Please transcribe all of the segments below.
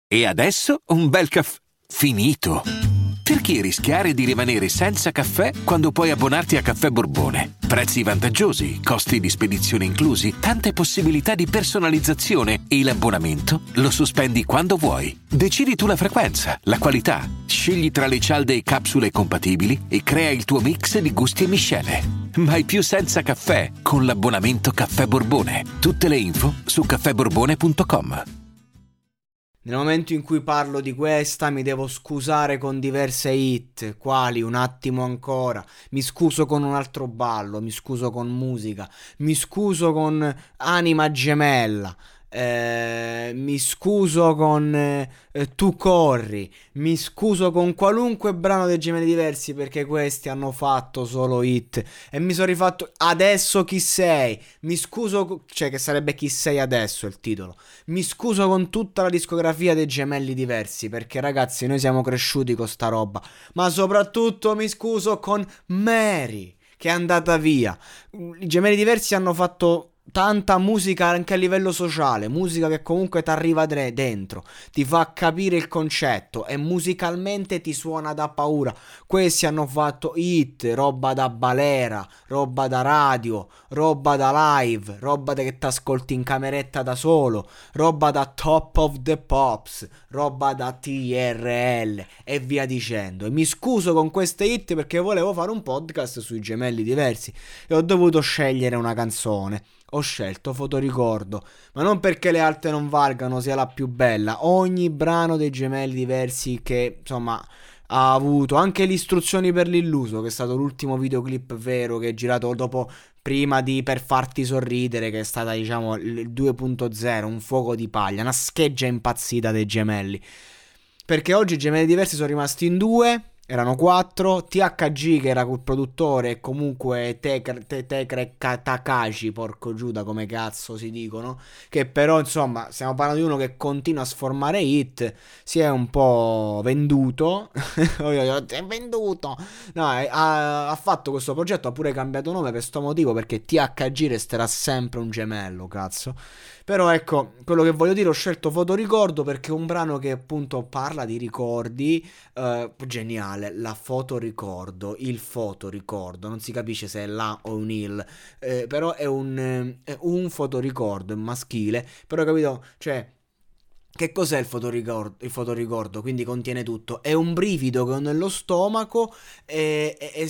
E adesso un bel caffè finito. Perché rischiare di rimanere senza caffè quando puoi abbonarti a Caffè Borbone? Prezzi vantaggiosi, costi di spedizione inclusi, tante possibilità di personalizzazione e l'abbonamento lo sospendi quando vuoi. Decidi tu la frequenza, la qualità, scegli tra le cialde e capsule compatibili e crea il tuo mix di gusti e miscele. Mai più senza caffè con l'abbonamento Caffè Borbone. Tutte le info su caffèborbone.com. Nel momento in cui parlo di questa mi devo scusare con diverse hit, quali Un attimo ancora, mi scuso con Un altro ballo, mi scuso con Musica, mi scuso con Anima gemella, mi scuso con Tu corri, mi scuso con qualunque brano dei Gemelli Diversi, perché questi hanno fatto solo hit e mi sono rifatto Adesso chi sei, mi scuso, cioè che sarebbe Chi sei adesso il titolo. Mi scuso con tutta la discografia dei Gemelli Diversi, perché ragazzi noi siamo cresciuti con sta roba, ma soprattutto mi scuso con Mary, che è andata via. I Gemelli Diversi hanno fatto tanta musica anche a livello sociale, musica che comunque ti arriva dentro, ti fa capire il concetto e musicalmente ti suona da paura. Questi hanno fatto hit, roba da balera, roba da radio, roba da live, roba che ti ascolti in cameretta da solo, roba da Top of the Pops, roba da TRL e via dicendo. E mi scuso con queste hit perché volevo fare un podcast sui Gemelli Diversi e ho dovuto scegliere una canzone. Ho scelto Fotoricordo, ma non perché le altre non valgano, sia la più bella. Ogni brano dei Gemelli Diversi che, insomma, ha avuto anche le istruzioni per l'illuso, che è stato l'ultimo videoclip vero che è girato dopo, prima di Per farti sorridere, che è stata, diciamo, il 2.0, un fuoco di paglia, una scheggia impazzita dei Gemelli. Perché oggi i Gemelli Diversi sono rimasti in due. Erano 4, THG che era quel produttore e comunque Tekre Takashi, porco Giuda come cazzo si dicono, che però insomma stiamo parlando di uno che continua a sformare hit, si è un po' venduto, si è venduto, no, ha fatto questo progetto, ha pure cambiato nome per sto motivo, perché THG resterà sempre un gemello, cazzo. Però ecco, quello che voglio dire, ho scelto Fotoricordo perché è un brano che appunto parla di ricordi, geniale, la fotoricordo, il fotoricordo, non si capisce se è la o un il, però è un fotoricordo, è maschile, però capito, cioè... Che cos'è il fotoricordo? Il fotoricordo, quindi contiene tutto. È un brivido che ho nello stomaco e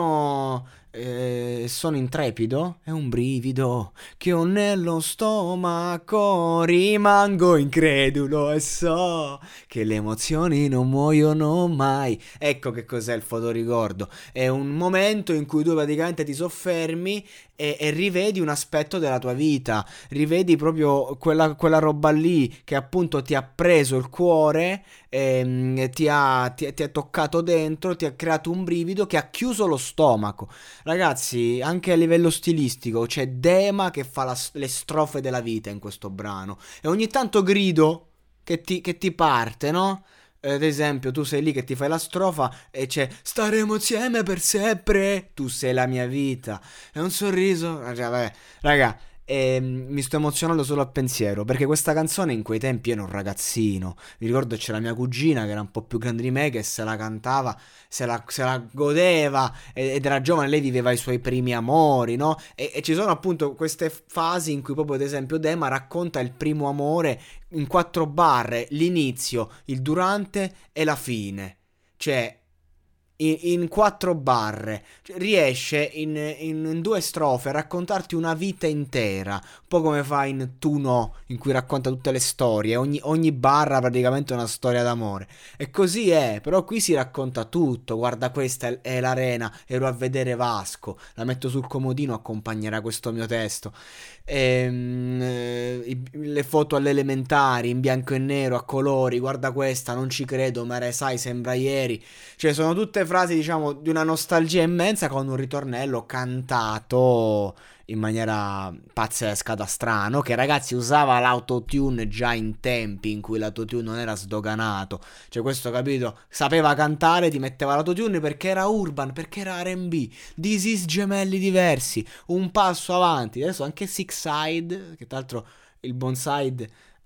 sono intrepido. È un brivido che ho nello stomaco. Rimango incredulo e so che le emozioni non muoiono mai. Ecco che cos'è il fotoricordo. È un momento in cui tu praticamente ti soffermi e rivedi un aspetto della tua vita, rivedi proprio quella roba lì che appunto ti ha preso il cuore, ti ha toccato dentro, ti ha creato un brivido che ha chiuso lo stomaco. Ragazzi, anche a livello stilistico c'è Dema che fa le strofe della vita in questo brano e ogni tanto grido che ti parte, no? Ad esempio, tu sei lì che ti fai la strofa e c'è staremo insieme per sempre, tu sei la mia vita. E un sorriso. Vabbè, raga, mi sto emozionando solo al pensiero, perché questa canzone in quei tempi ero un ragazzino. Mi ricordo c'era mia cugina che era un po' più grande di me, che se la cantava, se la godeva ed era giovane, lei viveva i suoi primi amori, no? E ci sono appunto queste fasi in cui proprio, ad esempio, Dema racconta il primo amore in 4 barre, l'inizio, il durante e la fine. Cioè, in 4 barre riesce in 2 strofe a raccontarti una vita intera, un po' come fa in Tu no, in cui racconta tutte le storie, ogni barra praticamente è una storia d'amore, e così è. Però qui si racconta tutto. Guarda, questa è l'arena, ero a vedere Vasco, la metto sul comodino, accompagnerà questo mio testo. Le foto alle elementari in bianco e nero, a colori, guarda questa, non ci credo, ma sai, sembra ieri. Cioè sono tutte frasi, diciamo, di una nostalgia immensa, con un ritornello cantato in maniera pazzesca da strano, che ragazzi usava l'autotune già in tempi in cui l'autotune non era sdoganato. Cioè questo, capito, sapeva cantare, ti metteva l'autotune perché era urban, perché era R&B. This is Gemelli Diversi, un passo avanti. Adesso anche Six Side, che tra l'altro il buon Side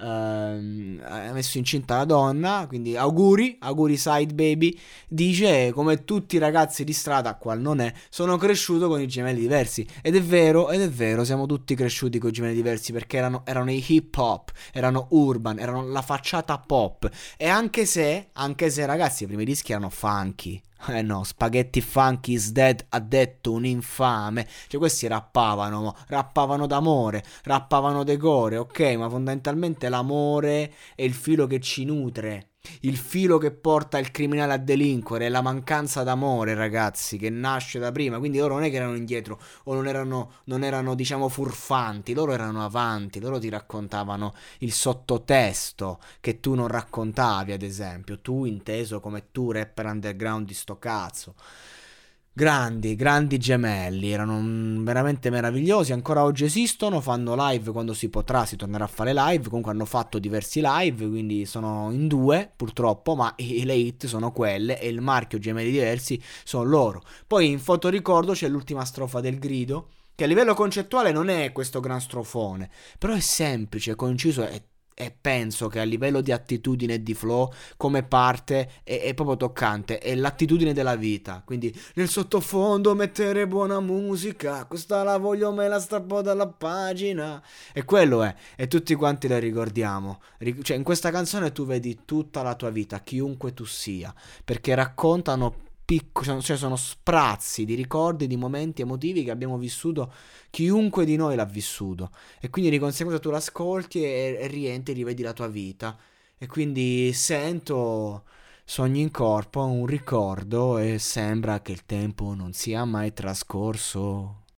ha messo incinta la donna, quindi auguri Side Baby. Dice, come tutti i ragazzi di strada, qual non è, sono cresciuto con i gemelli diversi. Ed è vero, siamo tutti cresciuti con i gemelli diversi, perché erano i hip hop, erano urban, erano la facciata pop. E anche se ragazzi, i primi dischi erano funky. No, Spaghetti Funky is Dead ha detto un infame. Cioè questi rappavano d'amore, rappavano decore, ok, ma fondamentalmente l'amore è il filo che ci nutre. Il filo che porta il criminale a delinquere è la mancanza d'amore, ragazzi, che nasce da prima. Quindi loro non è che erano indietro o non erano, diciamo, furfanti, loro erano avanti, loro ti raccontavano il sottotesto che tu non raccontavi, ad esempio, tu inteso come tu, rapper underground di sto cazzo. Grandi gemelli, erano veramente meravigliosi, ancora oggi esistono, fanno live quando si potrà, si tornerà a fare live, comunque hanno fatto diversi live, quindi sono in due purtroppo, ma le hit sono quelle e il marchio Gemelli Diversi sono loro. Poi in fotoricordo c'è l'ultima strofa del grido, che a livello concettuale non è questo gran strofone, però è semplice, conciso e penso che a livello di attitudine e di flow come parte è proprio toccante, è l'attitudine della vita, quindi nel sottofondo mettere buona musica, questa la voglio, me la strappo dalla pagina, e quello è, e tutti quanti la ricordiamo. Cioè in questa canzone tu vedi tutta la tua vita, chiunque tu sia, perché raccontano cioè sono sprazzi di ricordi, di momenti emotivi che abbiamo vissuto, chiunque di noi l'ha vissuto, e quindi di conseguenza tu l'ascolti e rientri, rivedi la tua vita, e quindi sento sogni in corpo, un ricordo, e sembra che il tempo non sia mai trascorso.